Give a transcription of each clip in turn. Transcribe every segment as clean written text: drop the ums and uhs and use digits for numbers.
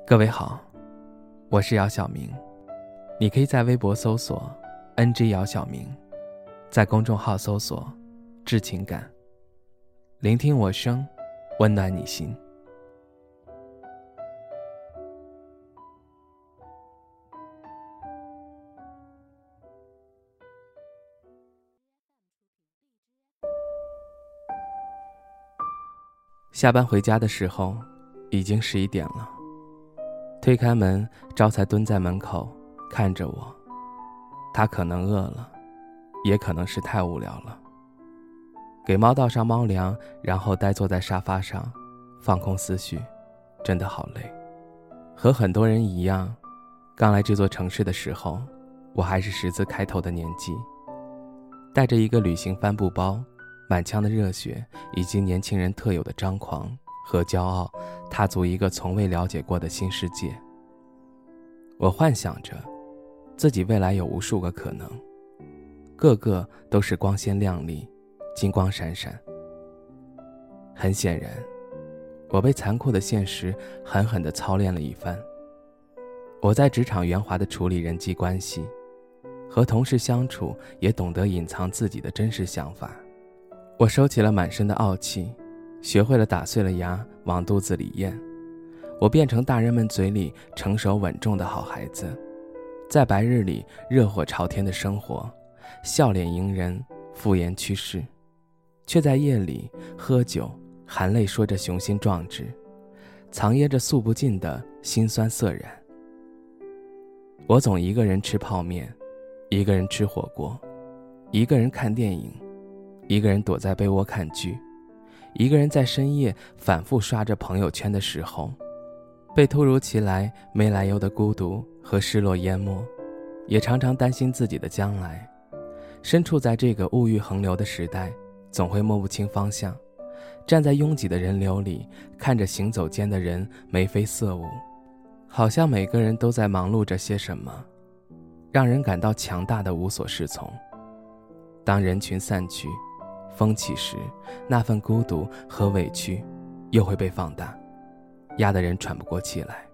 各位好，我是姚晓明，你可以在微博搜索 NG 姚晓明，在公众号搜索致情感，聆听我声，温暖你心。下班回家的时候已经11点了，推开门，招财蹲在门口看着我。他可能饿了，也可能是太无聊了。给猫倒上猫粮，然后呆坐在沙发上放空思绪，真的好累。和很多人一样，刚来这座城市的时候，我还是10字开头的年纪，带着一个旅行帆布包，满腔的热血以及年轻人特有的张狂和骄傲，踏足一个从未了解过的新世界。我幻想着自己未来有无数个可能，个个都是光鲜亮丽，金光闪闪。很显然，我被残酷的现实狠狠地操练了一番。我在职场圆滑地处理人际关系，和同事相处也懂得隐藏自己的真实想法。我收起了满身的傲气，学会了打碎了牙往肚子里咽。我变成大人们嘴里成熟稳重的好孩子，在白日里热火朝天的生活，笑脸迎人，敷衍趋势，却在夜里喝酒含泪说着雄心壮志，藏掖着诉不尽的辛酸涩然。我总一个人吃泡面，一个人吃火锅，一个人看电影，一个人躲在被窝看剧，一个人在深夜反复刷着朋友圈的时候，被突如其来没来由的孤独和失落淹没，也常常担心自己的将来。身处在这个物欲横流的时代，总会摸不清方向，站在拥挤的人流里，看着行走间的人眉飞色舞，好像每个人都在忙碌着些什么，让人感到强大的无所适从。当人群散去，风起时，那份孤独和委屈又会被放大，压得人喘不过气来。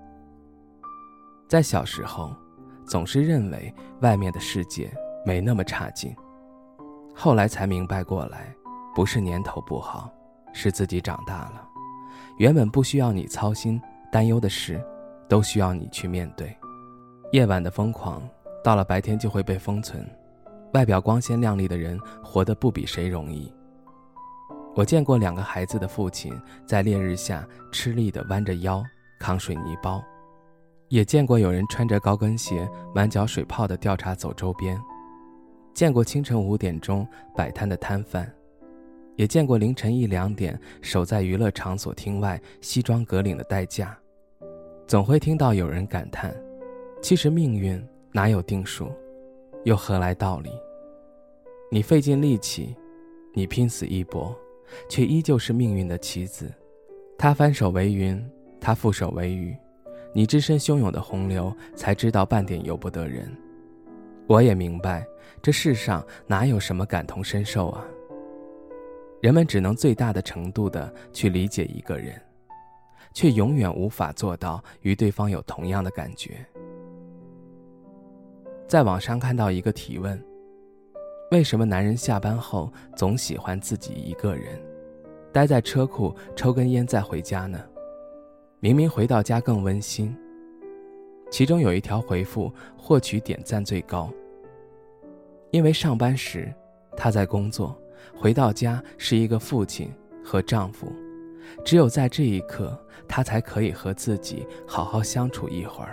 在小时候，总是认为外面的世界没那么差劲，后来才明白过来，不是年头不好，是自己长大了。原本不需要你操心担忧的事，都需要你去面对。夜晚的疯狂，到了白天就会被封存。外表光鲜亮丽的人，活得不比谁容易。我见过2个孩子的父亲在烈日下吃力地弯着腰扛水泥包，也见过有人穿着高跟鞋满脚水泡地调查走周边，见过清晨5点钟摆摊的摊贩，也见过凌晨1、2点守在娱乐场所厅外西装革领的代驾。总会听到有人感叹，其实命运哪有定数，又何来道理？你费尽力气，你拼死一搏，却依旧是命运的棋子。他翻手为云，他覆手为雨，你只身汹涌的洪流，才知道半点由不得人。我也明白，这世上哪有什么感同身受啊？人们只能最大的程度地去理解一个人，却永远无法做到与对方有同样的感觉。在网上看到一个提问，为什么男人下班后总喜欢自己一个人，待在车库抽根烟再回家呢？明明回到家更温馨。其中有一条回复获取点赞最高，因为上班时他在工作，回到家是一个父亲和丈夫，只有在这一刻，他才可以和自己好好相处一会儿。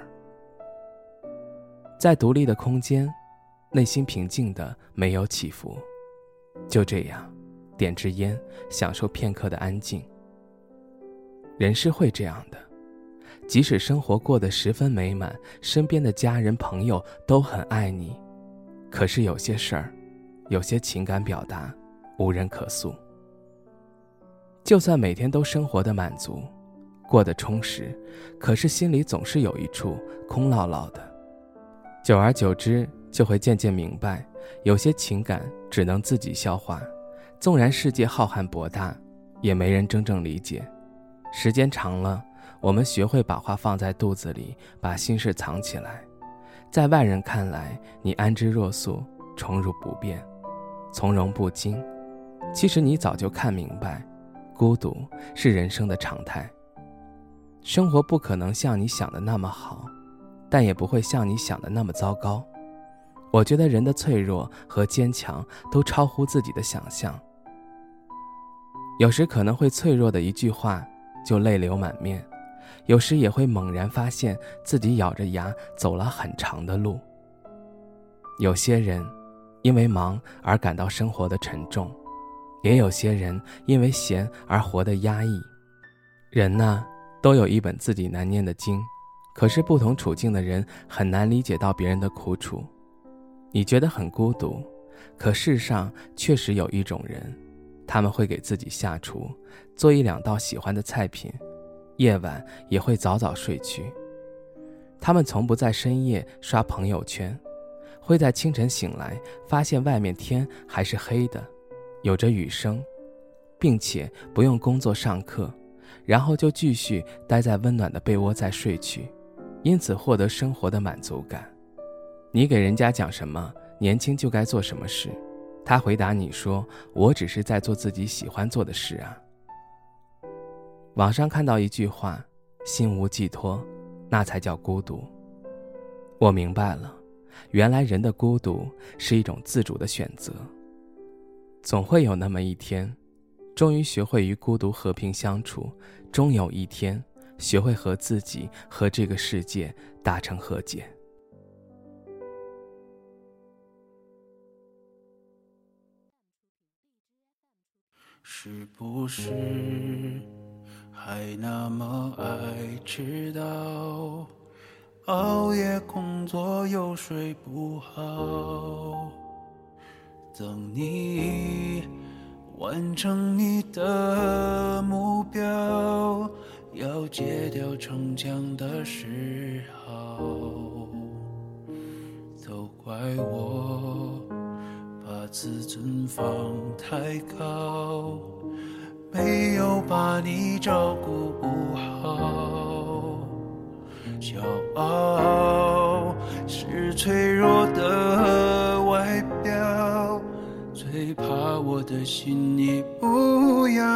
在独立的空间，内心平静的没有起伏，就这样点支烟，享受片刻的安静。人是会这样的，即使生活过得十分美满，身边的家人朋友都很爱你，可是有些事儿，有些情感表达无人可诉。就算每天都生活得满足，过得充实，可是心里总是有一处空落落的。久而久之，就会渐渐明白，有些情感只能自己消化，纵然世界浩瀚博大，也没人真正理解。时间长了， 我们学会把话放在肚子里，把心事藏起来。在外人看来，你安之若素，宠辱不变，从容不惊。其实你早就看明白，孤独是人生的常态。生活不可能像你想的那么好，但也不会像你想的那么糟糕。我觉得人的脆弱和坚强都超乎自己的想象。有时可能会脆弱的一句话就泪流满面，有时也会猛然发现自己咬着牙走了很长的路。有些人因为忙而感到生活的沉重，也有些人因为闲而活得压抑。人呢，都有一本自己难念的经，可是不同处境的人很难理解到别人的苦楚。你觉得很孤独，可世上确实有一种人，他们会给自己下厨，做一两道喜欢的菜品，夜晚也会早早睡去。他们从不在深夜刷朋友圈，会在清晨醒来发现外面天还是黑的，有着雨声，并且不用工作上课，然后就继续待在温暖的被窝再睡去，因此获得生活的满足感。你给人家讲什么年轻就该做什么事，他回答你说，我只是在做自己喜欢做的事啊。网上看到一句话，心无寄托，那才叫孤独。我明白了，原来人的孤独是一种自主的选择。总会有那么一天，终于学会与孤独和平相处，终有一天学会和自己和这个世界达成和解。 是不是还那么爱迟到，熬夜工作又睡不好，等你完成你的目标，要戒掉逞强的嗜好，都怪我把自尊放太高，没有把你照顾不好。骄傲是脆弱的外表，最怕我的心你不要。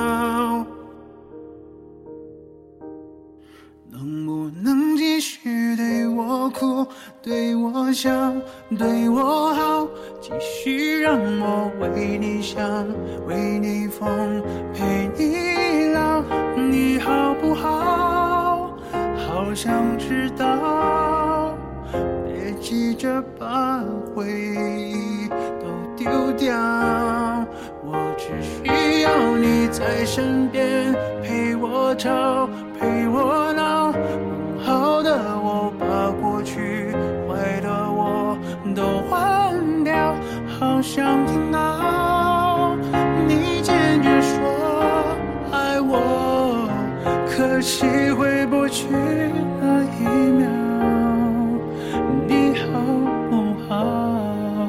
能不能继续对我哭，对我笑，对我好，继续让我为你想，为你疯，陪你老。你好不好？好想知道，别急着把回忆都丢掉，我只需要你在身边，陪我吵，陪我闹，不好的我把过去，坏的我都忘掉。好想听到你坚决说爱我，可惜回不去那一秒，你好不好？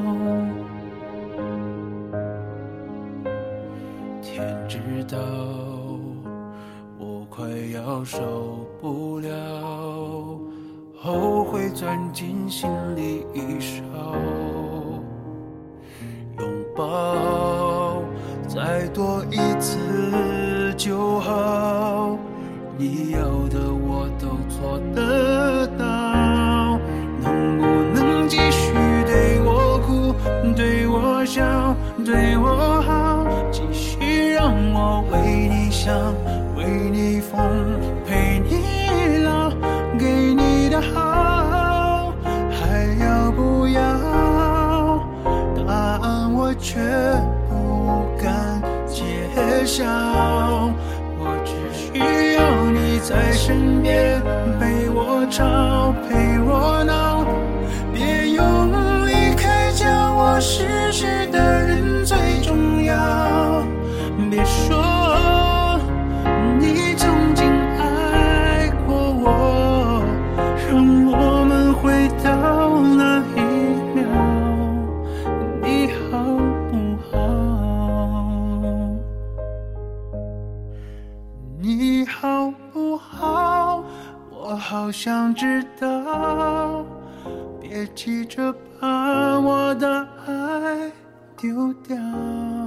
天知道我快要受不了，后悔钻进心里一烧，拥抱再多一次就好，你要的我都做得到。能不能继续对我哭，对我笑，对我好，继续让我为你想，为你疯，陪你老，给你的好还要不要？答案我却不敢揭晓，我只需要你在身边，陪我吵，陪我闹，别用离开叫我失去的人最重要。别说你曾经爱过我，让我们回到那一秒，你好不好？你己好不好？我好想知道，别急着把我的爱丢掉。